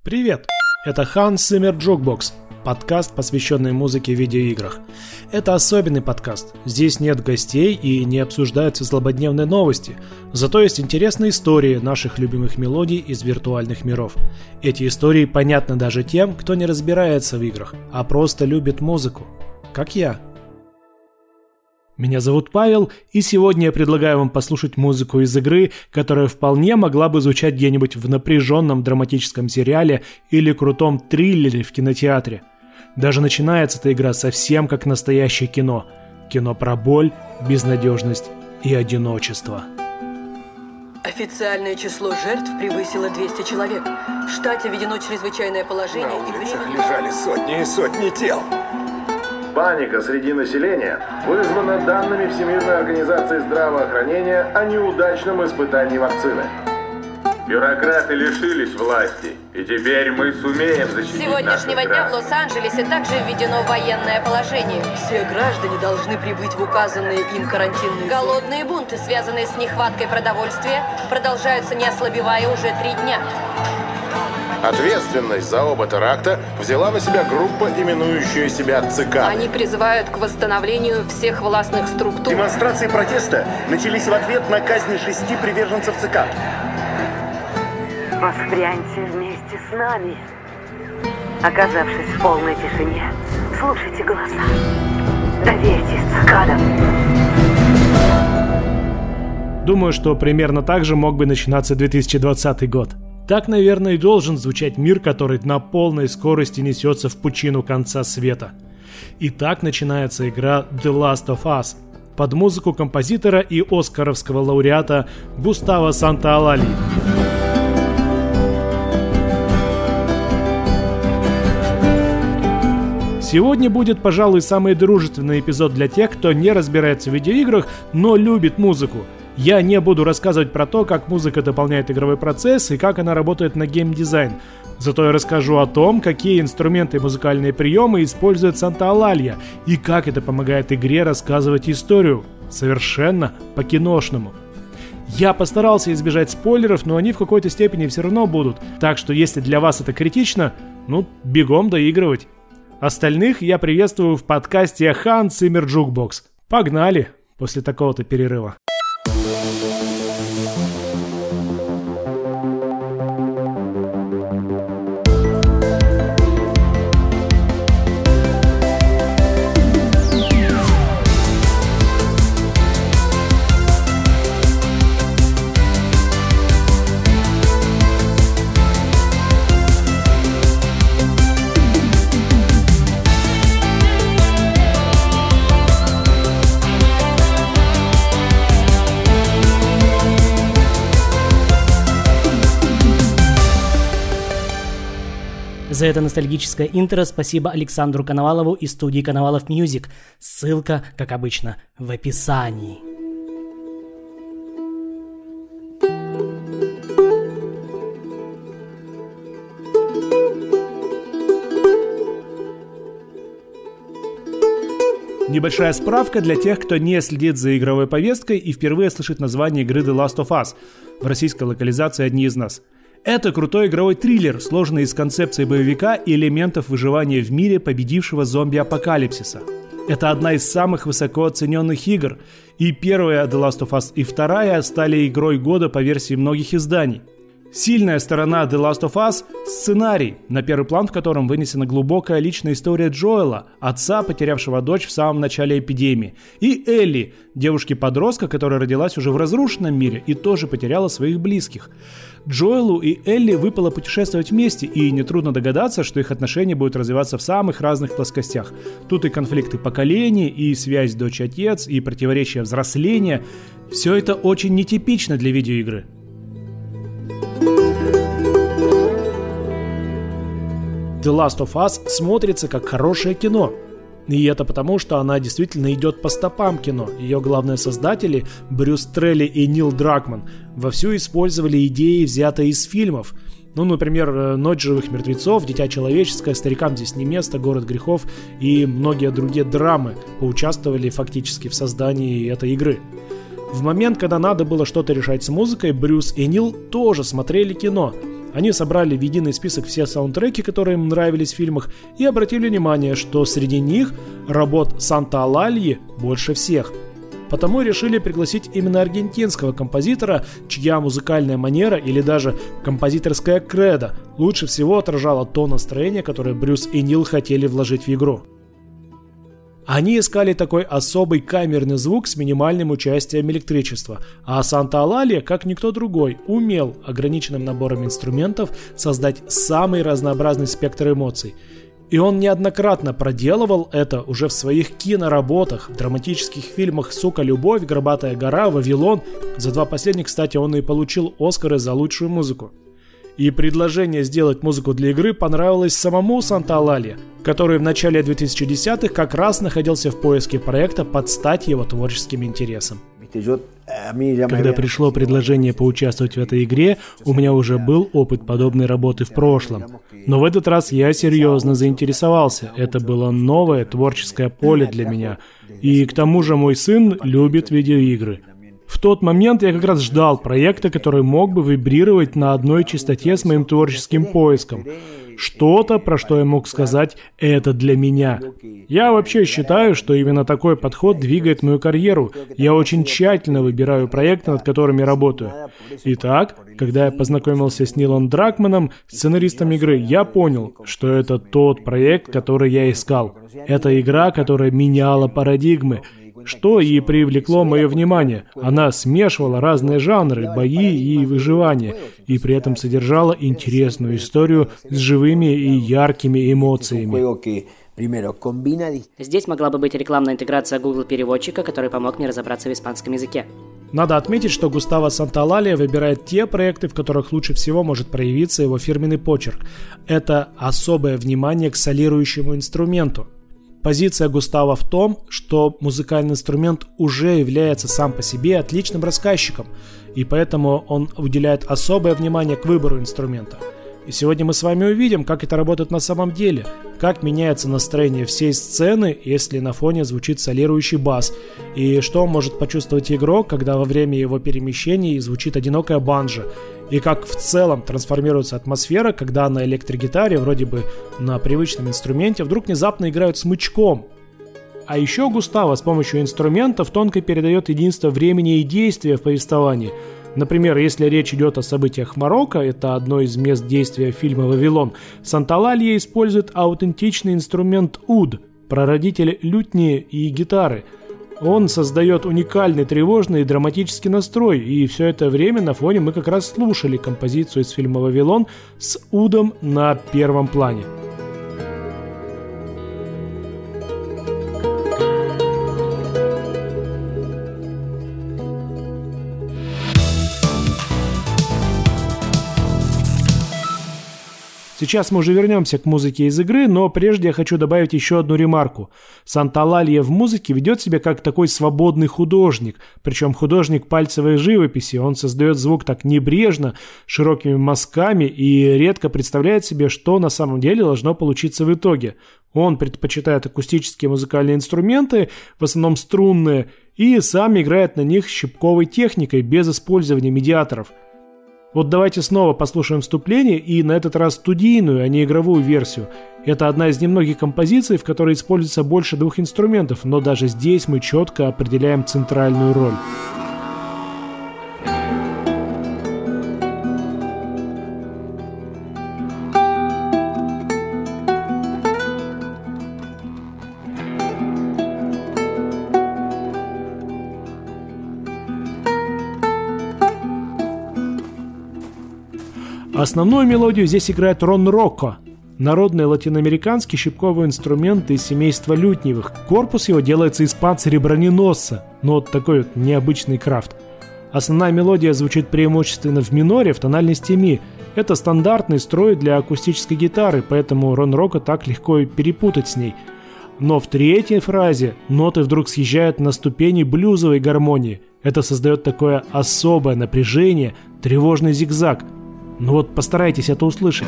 Привет! Это Hans Zimmer Jukebox, подкаст, посвященный музыке в видеоиграх. Это особенный подкаст. Здесь нет гостей и не обсуждаются злободневные новости. Зато есть интересные истории наших любимых мелодий из виртуальных миров. Эти истории понятны даже тем, кто не разбирается в играх, а просто любит музыку. Как я. Меня зовут Павел, и сегодня я предлагаю вам послушать музыку из игры, которая вполне могла бы звучать где-нибудь в напряженном драматическом сериале или крутом триллере в кинотеатре. Даже начинается эта игра совсем как настоящее кино. Кино про боль, безнадежность и одиночество. Официальное число жертв превысило 200 человек. В штате введено чрезвычайное положение. На улицах лежали сотни и сотни тел. Паника среди населения вызвана данными Всемирной организации здравоохранения о неудачном испытании вакцины. Бюрократы лишились власти, и теперь мы сумеем защитить С сегодняшнего дня в Лос-Анджелесе также введено военное положение. Все граждане должны прибыть в указанные им карантинные зоны. Голодные бунты, связанные с нехваткой продовольствия, продолжаются не ослабевая уже 3 дня. Ответственность за оба теракта взяла на себя группа, именующая себя ЦК. Они призывают к восстановлению всех властных структур. Демонстрации протеста начались в ответ на казнь 6 приверженцев ЦК. Воспряньте вместе с нами. Оказавшись в полной тишине, слушайте голоса. Доверьтесь цикадам. Думаю, что примерно так же мог бы начинаться 2020 год. Так, наверное, и должен звучать мир, который на полной скорости несется в пучину конца света. И так начинается игра The Last of Us под музыку композитора и оскаровского лауреата Густаво Сантаолалли. Сегодня будет, пожалуй, самый дружественный эпизод для тех, кто не разбирается в видеоиграх, но любит музыку. Я не буду рассказывать про то, как музыка дополняет игровой процесс и как она работает на геймдизайн. Зато я расскажу о том, какие инструменты и музыкальные приемы использует Сантаолалли и как это помогает игре рассказывать историю. Совершенно по-киношному. Я постарался избежать спойлеров, но они в какой-то степени все равно будут. Так что если для вас это критично, бегом доигрывать. Остальных я приветствую в подкасте Hans Zimmer Jukebox. Погнали после такого-то перерыва. За это ностальгическое интро спасибо Александру Коновалову из студии Коновалов Music. Ссылка, как обычно, в описании. Небольшая справка для тех, кто не следит за игровой повесткой и впервые слышит название игры The Last of Us, в российской локализации «Одни из нас». Это крутой игровой триллер, сложный из концепции боевика и элементов выживания в мире победившего зомби-апокалипсиса. Это одна из самых высоко оцененных игр, и первая The Last of Us и вторая стали игрой года по версии многих изданий. Сильная сторона The Last of Us – сценарий, на первый план в котором вынесена глубокая личная история Джоэла, отца, потерявшего дочь в самом начале эпидемии, и Элли, девушки-подростка, которая родилась уже в разрушенном мире и тоже потеряла своих близких. Джоэлу и Элли выпало путешествовать вместе, и нетрудно догадаться, что их отношения будут развиваться в самых разных плоскостях. Тут и конфликты поколений, и связь дочь-отец, и противоречия взросления. Все это очень нетипично для видеоигры. The Last of Us смотрится как хорошее кино. И это потому, что она действительно идет по стопам кино. Ее главные создатели, Брюс Трелли и Нил Дракман, вовсю использовали идеи, взятые из фильмов. Например, «Ночь живых мертвецов», «Дитя человеческое», «Старикам здесь не место», «Город грехов» и многие другие драмы поучаствовали фактически в создании этой игры. В момент, когда надо было что-то решать с музыкой, Брюс и Нил тоже смотрели кино. Они собрали в единый список все саундтреки, которые им нравились в фильмах, и обратили внимание, что среди них работ Санталальи больше всех. Потому решили пригласить именно аргентинского композитора, чья музыкальная манера или даже композиторская кредо лучше всего отражала то настроение, которое Брюс и Нил хотели вложить в игру. Они искали такой особый камерный звук с минимальным участием электричества, а Санталалья, как никто другой, умел ограниченным набором инструментов создать самый разнообразный спектр эмоций. И он неоднократно проделывал это уже в своих киноработах, в драматических фильмах «Сука, любовь», «Горбатая гора», «Вавилон». За 2 последних, кстати, он и получил Оскары за лучшую музыку. И предложение сделать музыку для игры понравилось самому Санталалье, который в начале 2010-х как раз находился в поиске проекта под стать его творческим интересам. Когда пришло предложение поучаствовать в этой игре, у меня уже был опыт подобной работы в прошлом. Но в этот раз я серьезно заинтересовался. Это было новое творческое поле для меня. И к тому же мой сын любит видеоигры. В тот момент я как раз ждал проекта, который мог бы вибрировать на одной частоте с моим творческим поиском. Что-то, про что я мог сказать «это для меня». Я вообще считаю, что именно такой подход двигает мою карьеру. Я очень тщательно выбираю проекты, над которыми работаю. Итак, когда я познакомился с Нилом Дракманом, сценаристом игры, я понял, что это тот проект, который я искал. Это игра, которая меняла парадигмы, что и привлекло мое внимание. Она смешивала разные жанры, бои и выживание, и при этом содержала интересную историю с живыми и яркими эмоциями. Здесь могла бы быть рекламная интеграция Google переводчика, который помог мне разобраться в испанском языке. Надо отметить, что Густаво Санталалья выбирает те проекты, в которых лучше всего может проявиться его фирменный почерк. Это особое внимание к солирующему инструменту. Позиция Густаво в том, что музыкальный инструмент уже является сам по себе отличным рассказчиком, и поэтому он уделяет особое внимание к выбору инструмента. И сегодня мы с вами увидим, как это работает на самом деле, как меняется настроение всей сцены, если на фоне звучит солирующий бас, и что может почувствовать игрок, когда во время его перемещений звучит одинокая банджо, и как в целом трансформируется атмосфера, когда на электрогитаре, вроде бы на привычном инструменте, вдруг внезапно играют смычком. А еще Густаво с помощью инструментов тонко передает единство времени и действия в повествовании. Например, если речь идет о событиях Марокко, это одно из мест действия фильма «Вавилон», Санталалья использует аутентичный инструмент уд, прародитель лютни и гитары. Он создает уникальный тревожный и драматический настрой, и все это время на фоне мы как раз слушали композицию из фильма «Вавилон» с удом на первом плане. Сейчас мы уже вернемся к музыке из игры, но прежде я хочу добавить еще одну ремарку. Санталалья в музыке ведет себя как такой свободный художник, причем художник пальцевой живописи. Он создает звук так небрежно, широкими мазками и редко представляет себе, что на самом деле должно получиться в итоге. Он предпочитает акустические музыкальные инструменты, в основном струнные, и сам играет на них щипковой техникой, без использования медиаторов. Вот давайте снова послушаем вступление, и на этот раз студийную, а не игровую версию. Это одна из немногих композиций, в которой используется больше 2 инструментов, но даже здесь мы четко определяем центральную роль. Основную мелодию здесь играет рон-рокко, народный латиноамериканский щипковый инструмент из семейства лютневых. Корпус его делается из панциря-броненосца, но вот такой вот необычный крафт. Основная мелодия звучит преимущественно в миноре, в тональности ми. Это стандартный строй для акустической гитары, поэтому рон-рокко так легко и перепутать с ней. Но в третьей фразе ноты вдруг съезжают на ступени блюзовой гармонии. Это создает такое особое напряжение, тревожный зигзаг. Ну вот постарайтесь это услышать.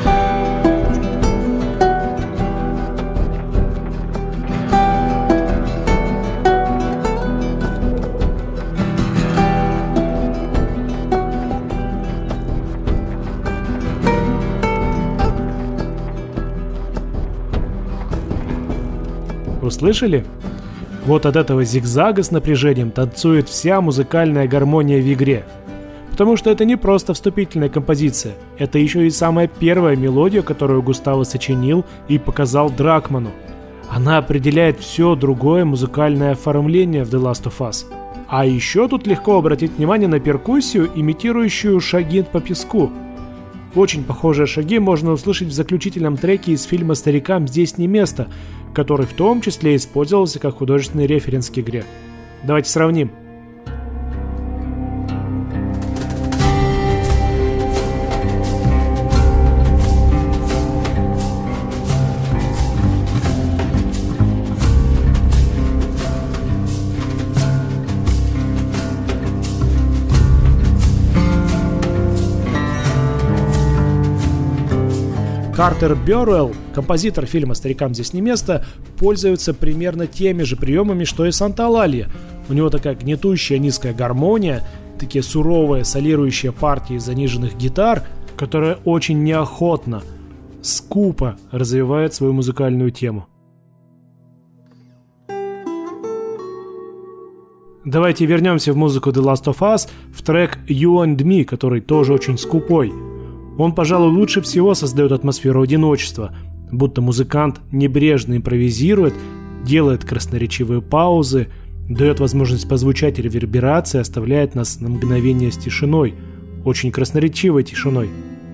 Услышали? Вот от этого зигзага с напряжением танцует вся музыкальная гармония в игре. Потому что это не просто вступительная композиция, это еще и самая первая мелодия, которую Густаво сочинил и показал Дракману. Она определяет все другое музыкальное оформление в The Last of Us. А еще тут легко обратить внимание на перкуссию, имитирующую шаги по песку. Очень похожие шаги можно услышать в заключительном треке из фильма «Старикам здесь не место», который в том числе использовался как художественный референс к игре. Давайте сравним. Картер Бёрвелл, композитор фильма «Старикам здесь не место», пользуется примерно теми же приемами, что и Санталалья. У него такая гнетущая низкая гармония, такие суровые солирующие партии заниженных гитар, которая очень неохотно, скупо развивает свою музыкальную тему. Давайте вернемся в музыку The Last of Us, в трек You and Me, который тоже очень скупой. Он, пожалуй, лучше всего создает атмосферу одиночества, будто музыкант небрежно импровизирует, делает красноречивые паузы, дает возможность позвучать реверберации, оставляет нас на мгновение с тишиной, очень красноречивой тишиной.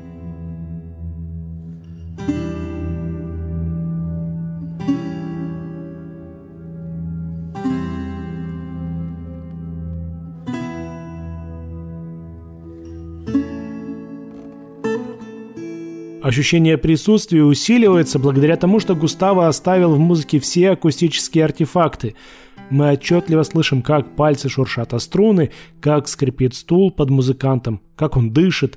Ощущение присутствия усиливается благодаря тому, что Густаво оставил в музыке все акустические артефакты. Мы отчетливо слышим, как пальцы шуршат о струны, как скрипит стул под музыкантом, как он дышит.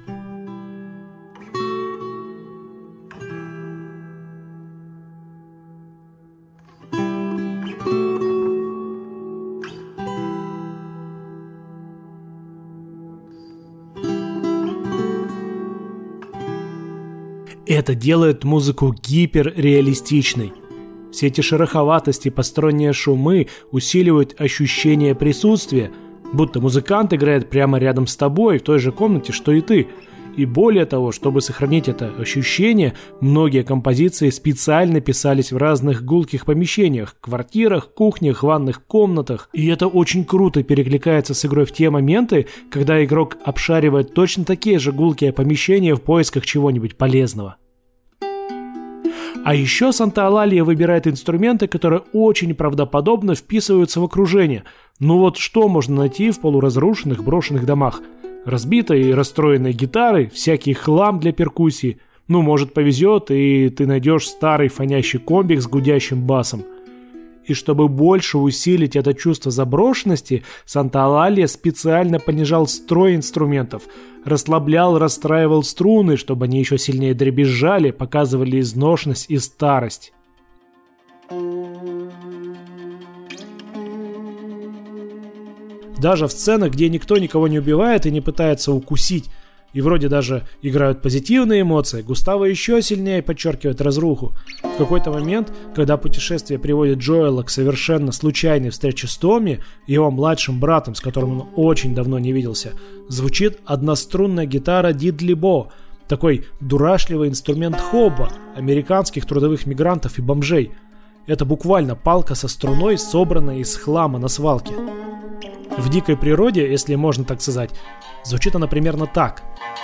Это делает музыку гиперреалистичной. Все эти шероховатости и посторонние шумы усиливают ощущение присутствия, будто музыкант играет прямо рядом с тобой, в той же комнате, что и ты. И более того, чтобы сохранить это ощущение, многие композиции специально писались в разных гулких помещениях, квартирах, кухнях, ванных комнатах. И это очень круто перекликается с игрой в те моменты, когда игрок обшаривает точно такие же гулкие помещения в поисках чего-нибудь полезного. А еще Санталалья выбирает инструменты, которые очень правдоподобно вписываются в окружение. Ну вот что можно найти в полуразрушенных брошенных домах? Разбитые и расстроенные гитары, всякий хлам для перкуссии. Ну, может, повезет, и ты найдешь старый фонящий комбик с гудящим басом. И чтобы больше усилить это чувство заброшенности, Санталалья специально понижал строй инструментов, расслаблял, расстраивал струны, чтобы они еще сильнее дребезжали, показывали изношенность и старость. Даже в сценах, где никто никого не убивает и не пытается укусить, и вроде даже играют позитивные эмоции, Густаво еще сильнее подчеркивает разруху. В какой-то момент, когда путешествие приводит Джоэла к совершенно случайной встрече с Томми, его младшим братом, с которым он очень давно не виделся, звучит однострунная гитара Дидли Бо, такой дурашливый инструмент хобба, американских трудовых мигрантов и бомжей. Это буквально палка со струной, собранная из хлама на свалке. В дикой природе, если можно так сказать, звучит она примерно так.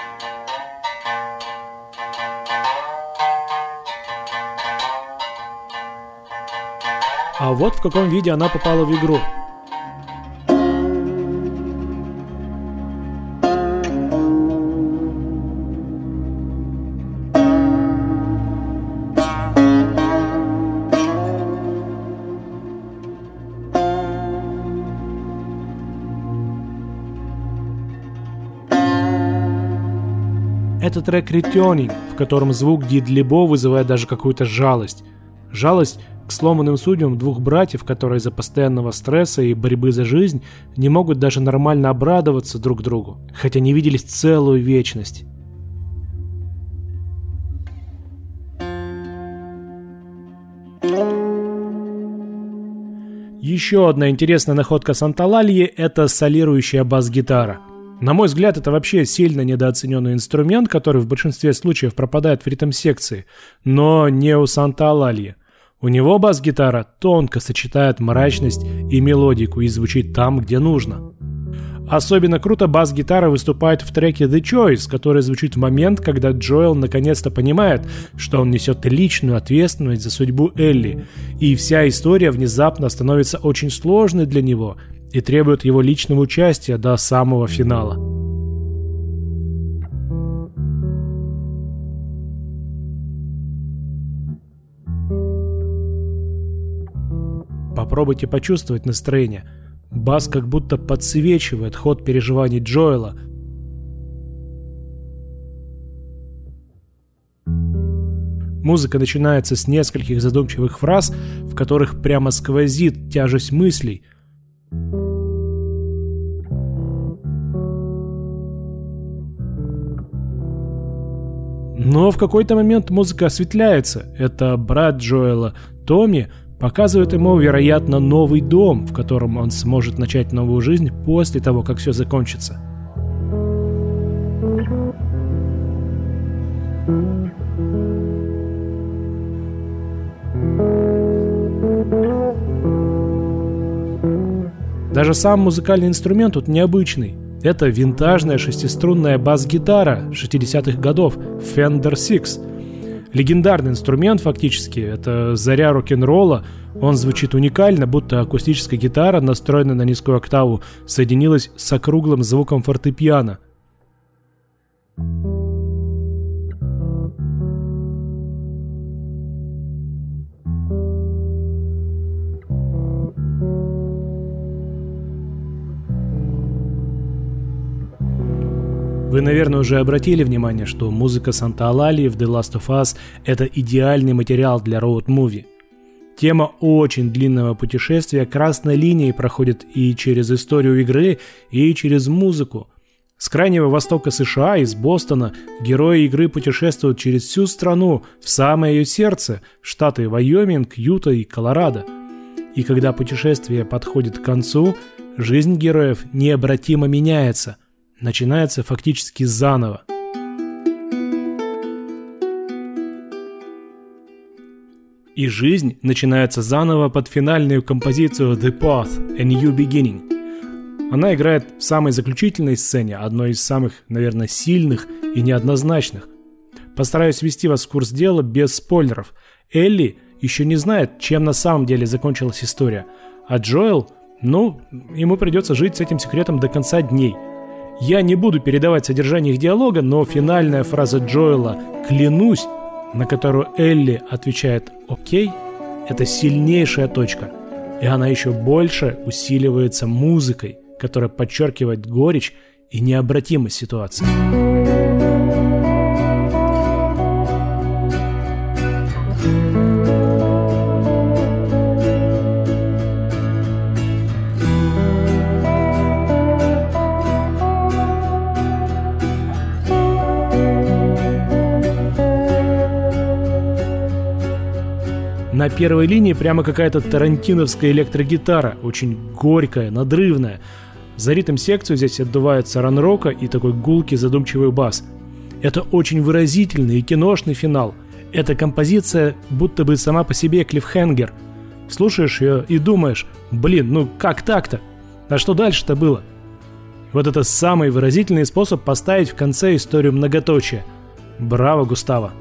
А вот в каком виде она попала в игру. Это трек Returning, в котором звук Дидли Бо вызывает даже какую-то жалость. Жалость к сломанным судьбам двух братьев, которые из-за постоянного стресса и борьбы за жизнь не могут даже нормально обрадоваться друг другу, хотя не виделись целую вечность. Еще одна интересная находка Санталальи – это солирующая бас-гитара. На мой взгляд, это вообще сильно недооцененный инструмент, который в большинстве случаев пропадает в ритм-секции, но не у Санталальи. У него бас-гитара тонко сочетает мрачность и мелодику и звучит там, где нужно. Особенно круто бас-гитара выступает в треке The Choice, который звучит в момент, когда Джоэл наконец-то понимает, что он несет личную ответственность за судьбу Элли, и вся история внезапно становится очень сложной для него и требует его личного участия до самого финала. Попробуйте почувствовать настроение. Бас как будто подсвечивает ход переживаний Джоэла. Музыка начинается с нескольких задумчивых фраз, в которых прямо сквозит тяжесть мыслей. Но в какой-то момент музыка осветляется. Это брат Джоэла, Томми, показывает ему, вероятно, новый дом, в котором он сможет начать новую жизнь после того, как все закончится. Даже сам музыкальный инструмент тут необычный. Это винтажная шестиструнная бас-гитара 60-х годов Fender Six. Легендарный инструмент фактически, это заря рок-н-ролла. Он звучит уникально, будто акустическая гитара, настроенная на низкую октаву, соединилась с округлым звуком фортепиано. Вы, наверное, уже обратили внимание, что музыка Санталальи в The Last of Us – это идеальный материал для роуд-муви. Тема очень длинного путешествия красной линией проходит и через историю игры, и через музыку. С крайнего востока США, из Бостона, герои игры путешествуют через всю страну, в самое ее сердце – штаты Вайоминг, Юта и Колорадо. И когда путешествие подходит к концу, жизнь героев необратимо меняется. Начинается фактически заново. И жизнь начинается заново под финальную композицию The Path – A New Beginning. Она играет в самой заключительной сцене, одной из самых, наверное, сильных и неоднозначных. Постараюсь ввести вас в курс дела без спойлеров. Элли еще не знает, чем на самом деле закончилась история, а Джоэл, ему придется жить с этим секретом до конца дней. Я не буду передавать содержание их диалога, но финальная фраза Джоэла «клянусь», на которую Элли отвечает «окей», это сильнейшая точка, и она еще больше усиливается музыкой, которая подчеркивает горечь и необратимость ситуации. На первой линии прямо какая-то тарантиновская электрогитара, очень горькая, надрывная. За ритм-секцию здесь отдувается ран-рока и такой гулкий задумчивый бас. Это очень выразительный и киношный финал. Эта композиция будто бы сама по себе клиффхенгер. Слушаешь ее и думаешь, как так-то? А что дальше-то было? Вот это самый выразительный способ поставить в конце историю многоточия. Браво, Густаво!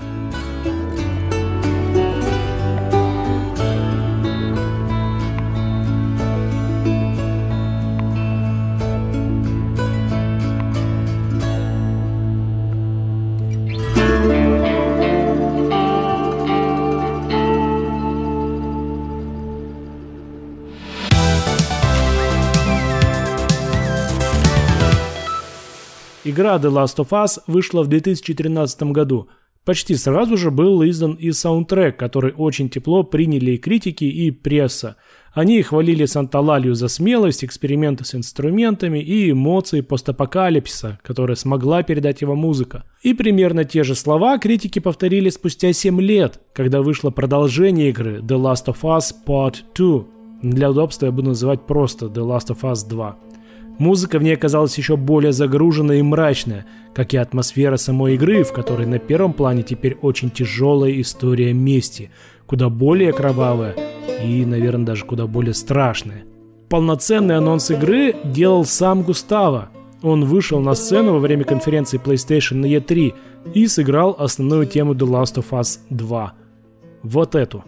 Игра The Last of Us вышла в 2013 году. Почти сразу же был издан и саундтрек, который очень тепло приняли и критики, и пресса. Они хвалили Санталалью за смелость, эксперименты с инструментами и эмоции постапокалипсиса, которые смогла передать его музыка. И примерно те же слова критики повторили спустя 7 лет, когда вышло продолжение игры The Last of Us Part 2. Для удобства я буду называть просто The Last of Us 2. Музыка в ней оказалась еще более загруженная и мрачная, как и атмосфера самой игры, в которой на первом плане теперь очень тяжелая история мести, куда более кровавая и, наверное, даже куда более страшная. Полноценный анонс игры делал сам Густаво. Он вышел на сцену во время конференции PlayStation на E3 и сыграл основную тему The Last of Us 2. Вот эту.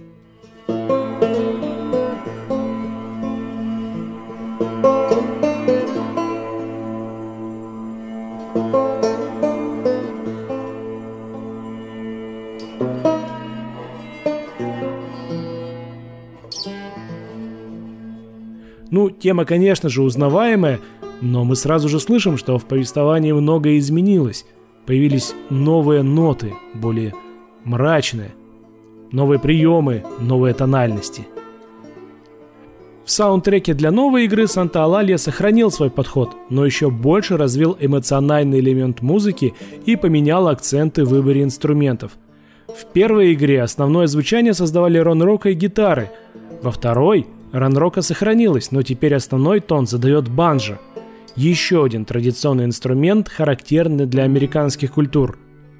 Ну, тема, конечно же, узнаваемая, но мы сразу же слышим, что в повествовании многое изменилось. Появились новые ноты, более мрачные, новые приемы, новые тональности. В саундтреке для новой игры Санта-Алалия сохранил свой подход, но еще больше развил эмоциональный элемент музыки и поменял акценты в выборе инструментов. В первой игре основное звучание создавали рон-рок и гитары, во второй рон-рока сохранилась, но теперь основной тон задает банджо. Еще один традиционный инструмент, характерный для американских культур.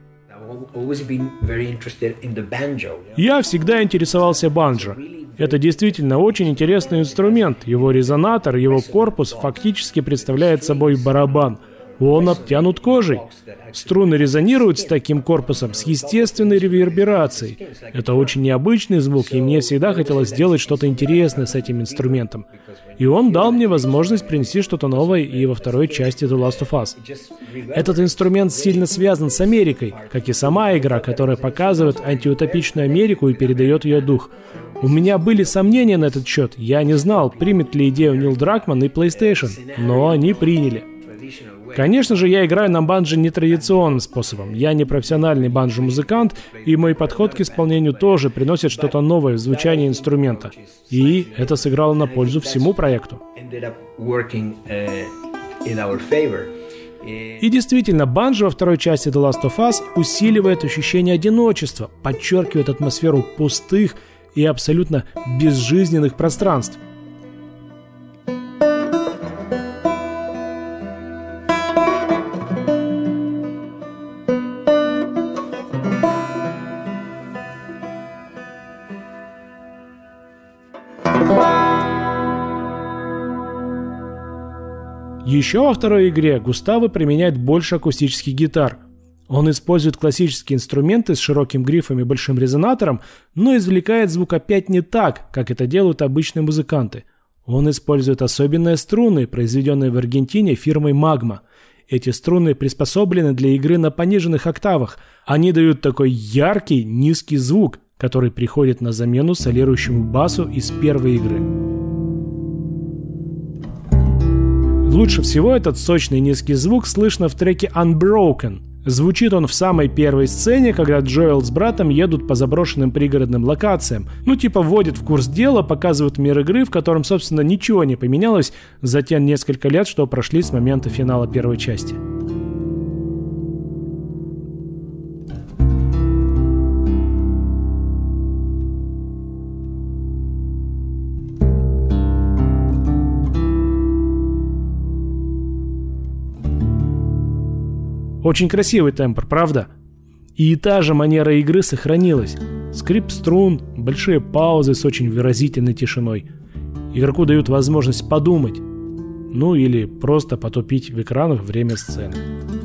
Я всегда интересовался банджо. Это действительно очень интересный инструмент. Его резонатор, его корпус фактически представляет собой барабан. Он обтянут кожей. Струны резонируют с таким корпусом с естественной реверберацией. Это очень необычный звук, и мне всегда хотелось сделать что-то интересное с этим инструментом. И он дал мне возможность принести что-то новое и во второй части The Last of Us. Этот инструмент сильно связан с Америкой, как и сама игра, которая показывает антиутопичную Америку и передает ее дух. У меня были сомнения на этот счет. Я не знал, примет ли идею Нил Дракман и PlayStation, но они приняли. Конечно же, я играю на банджо нетрадиционным способом. Я не профессиональный банджо-музыкант, и мой подход к исполнению тоже приносит что-то новое в звучании инструмента. И это сыграло на пользу всему проекту. И действительно, банджо во второй части The Last of Us усиливает ощущение одиночества, подчеркивает атмосферу пустых и абсолютно безжизненных пространств. Еще во второй игре Густаво применяет больше акустических гитар. Он использует классические инструменты с широким грифом и большим резонатором, но извлекает звук опять не так, как это делают обычные музыканты. Он использует особенные струны, произведенные в Аргентине фирмой Magma. Эти струны приспособлены для игры на пониженных октавах. Они дают такой яркий, низкий звук, который приходит на замену солирующему басу из первой игры. Лучше всего этот сочный низкий звук слышно в треке Unbroken. Звучит он в самой первой сцене, когда Джоэл с братом едут по заброшенным пригородным локациям. Вводят в курс дела, показывают мир игры, в котором, собственно, ничего не поменялось за те несколько лет, что прошли с момента финала первой части. Очень красивый тембр, правда? И та же манера игры сохранилась. Скрип струн, большие паузы с очень выразительной тишиной. Игроку дают возможность подумать. Или просто потупить в экранах время сцены.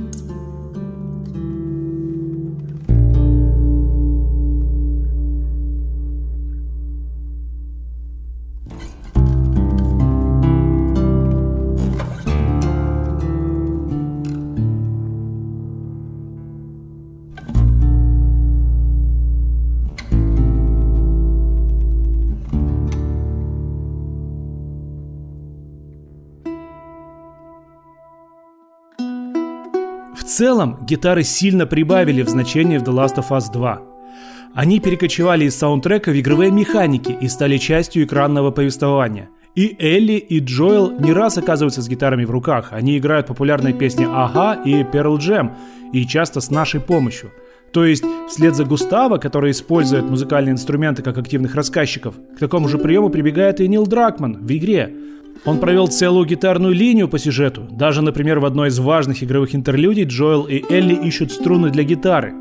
В целом, гитары сильно прибавили в значении в The Last of Us 2. Они перекочевали из саундтрека в игровые механики и стали частью экранного повествования. И Элли, и Джоэл не раз оказываются с гитарами в руках. Они играют популярные песни Ага и Pearl Jam, и часто с нашей помощью. То есть, вслед за Густаво, который использует музыкальные инструменты как активных рассказчиков, к такому же приему прибегает и Нил Дракман в игре. Он провел целую гитарную линию по сюжету. Даже, например, в одной из важных игровых интерлюдий Джоэл и Элли ищут струны для гитары.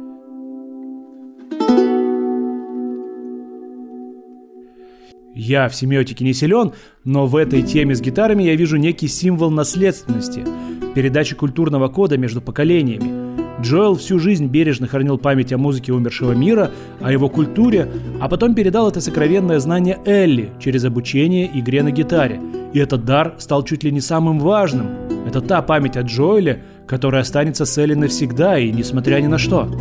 Я в семиотике не силен, но в этой теме с гитарами я вижу некий символ наследственности, передачи культурного кода между поколениями. Джоэл всю жизнь бережно хранил память о музыке умершего мира, о его культуре, а потом передал это сокровенное знание Элли через обучение игре на гитаре. И этот дар стал чуть ли не самым важным. Это та память о Джоэле, которая останется с Элли навсегда и несмотря ни на что.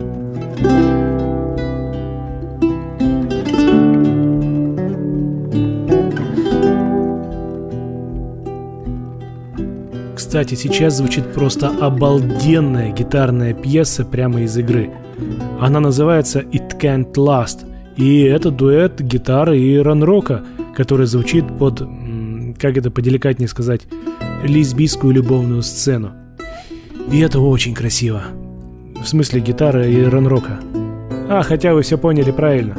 Кстати, сейчас звучит просто обалденная гитарная пьеса прямо из игры. Она называется «It Can't Last», и это дуэт гитары и ран-рока, который звучит под, как это поделикатнее сказать, лесбийскую любовную сцену. И это очень красиво. В смысле гитары и ран-рока. Хотя вы все поняли правильно.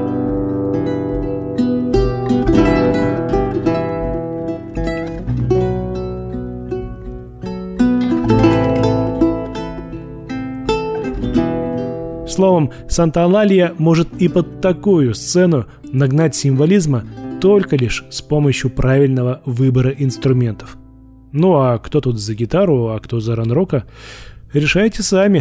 Словом, Санта-Олалья может и под такую сцену нагнать символизма только лишь с помощью правильного выбора инструментов. Ну а кто тут за гитару, а кто за ран-рока, решайте сами.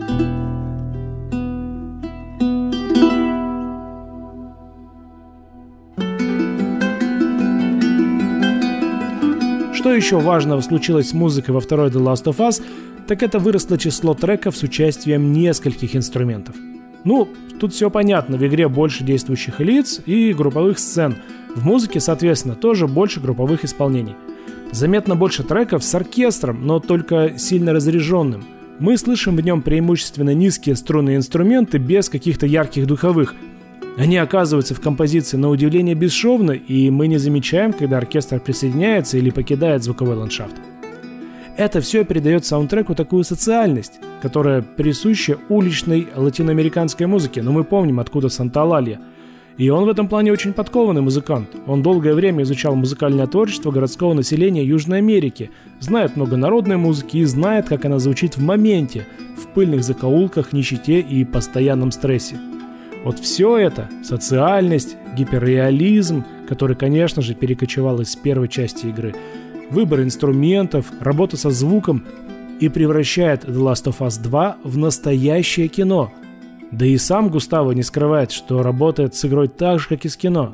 Что еще важного случилось с музыкой во второй The Last of Us, так это выросло число треков с участием нескольких инструментов. Ну, тут все понятно, в игре больше действующих лиц и групповых сцен. В музыке, соответственно, тоже больше групповых исполнений. Заметно больше треков с оркестром, но только сильно разряженным. Мы слышим в нем преимущественно низкие струнные инструменты без каких-то ярких духовых. Они оказываются в композиции на удивление бесшовно, и мы не замечаем, когда оркестр присоединяется или покидает звуковой ландшафт. Это все придает саундтреку такую социальность, которая присуща уличной латиноамериканской музыке, но мы помним, откуда Санта-Олалья. И он в этом плане очень подкованный музыкант. Он долгое время изучал музыкальное творчество городского населения Южной Америки, знает много народной музыки и знает, как она звучит в моменте, в пыльных закоулках, нищете и постоянном стрессе. Вот все это, социальность, гиперреализм, который, конечно же, перекочевал из первой части игры, выбор инструментов, работа со звуком и превращает The Last of Us 2 в настоящее кино. Да и сам Густаво не скрывает, что работает с игрой так же, как и с кино.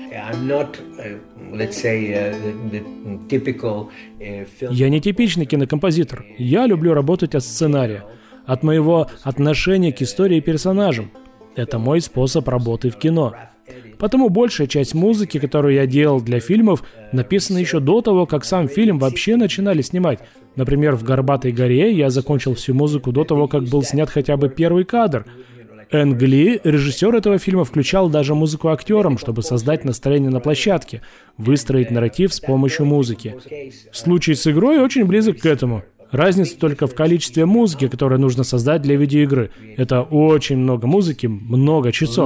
Я не типичный кинокомпозитор. Я люблю работать от сценария, от моего отношения к истории и персонажам. Это мой способ работы в кино. Потому большая часть музыки, которую я делал для фильмов, написана еще до того, как сам фильм вообще начинали снимать. Например, в «Горбатой горе» я закончил всю музыку до того, как был снят хотя бы первый кадр. Энг Ли, режиссер этого фильма, включал даже музыку актерам, чтобы создать настроение на площадке, выстроить нарратив с помощью музыки. Случай с игрой очень близок к этому. Разница только в количестве музыки, которую нужно создать для видеоигры. Это очень много музыки, много часов.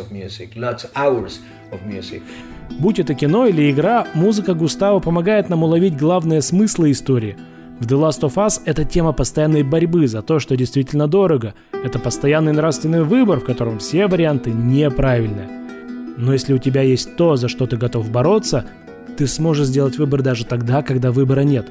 Будь это кино или игра, музыка Густаво помогает нам уловить главные смыслы истории. В The Last of Us это тема постоянной борьбы за то, что действительно дорого. Это постоянный нравственный выбор, в котором все варианты неправильные. Но если у тебя есть то, за что ты готов бороться, ты сможешь сделать выбор даже тогда, когда выбора нет.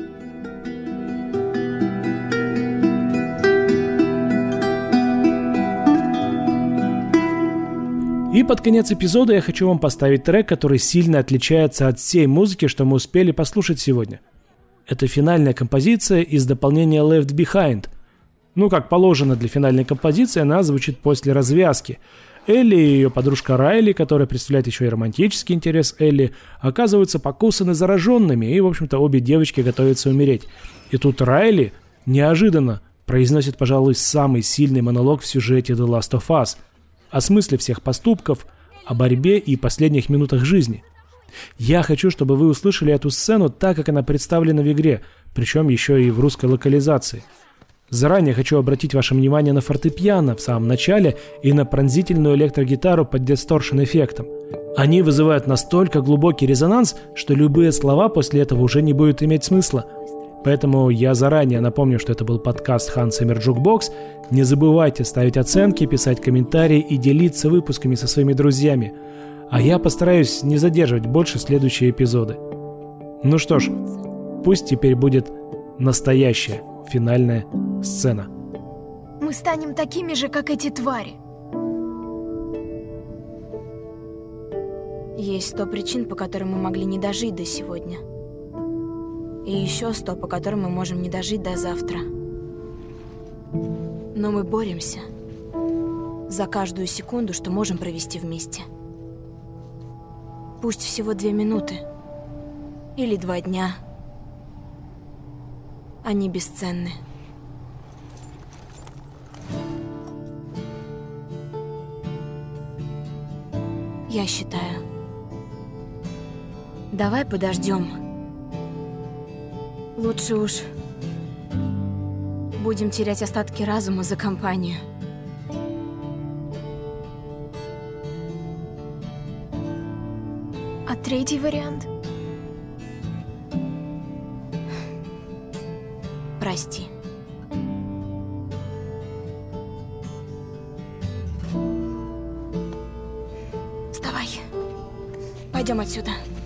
И под конец эпизода я хочу вам поставить трек, который сильно отличается от всей музыки, что мы успели послушать сегодня. Это финальная композиция из дополнения Left Behind. Ну, как положено для финальной композиции, она звучит после развязки. Элли и ее подружка Райли, которая представляет еще и романтический интерес Элли, оказываются покусаны зараженными, и, в общем-то, обе девочки готовятся умереть. И тут Райли неожиданно произносит, пожалуй, самый сильный монолог в сюжете The Last of Us о смысле всех поступков, о борьбе и последних минутах жизни. Я хочу, чтобы вы услышали эту сцену так, как она представлена в игре, причем еще и в русской локализации. Заранее хочу обратить ваше внимание на фортепиано в самом начале и на пронзительную электрогитару под дисторшн-эффектом. Они вызывают настолько глубокий резонанс, что любые слова после этого уже не будут иметь смысла. Поэтому я заранее напомню, что это был подкаст Hans Zimmer Jukebox. Не забывайте ставить оценки, писать комментарии и делиться выпусками со своими друзьями. А я постараюсь не задерживать больше следующие эпизоды. Ну что ж, пусть теперь будет настоящая финальная сцена. Мы станем такими же, как эти твари. Есть 100 причин, по которым мы могли не дожить до сегодня. И еще 100, по которым мы можем не дожить до завтра. Но мы боремся за каждую секунду, что можем провести вместе. Пусть всего 2 минуты или 2 дня. Они бесценны. Я считаю. Давай подождем. Лучше уж будем терять остатки разума за компанию. А третий вариант? Прости. Вставай. Пойдем отсюда.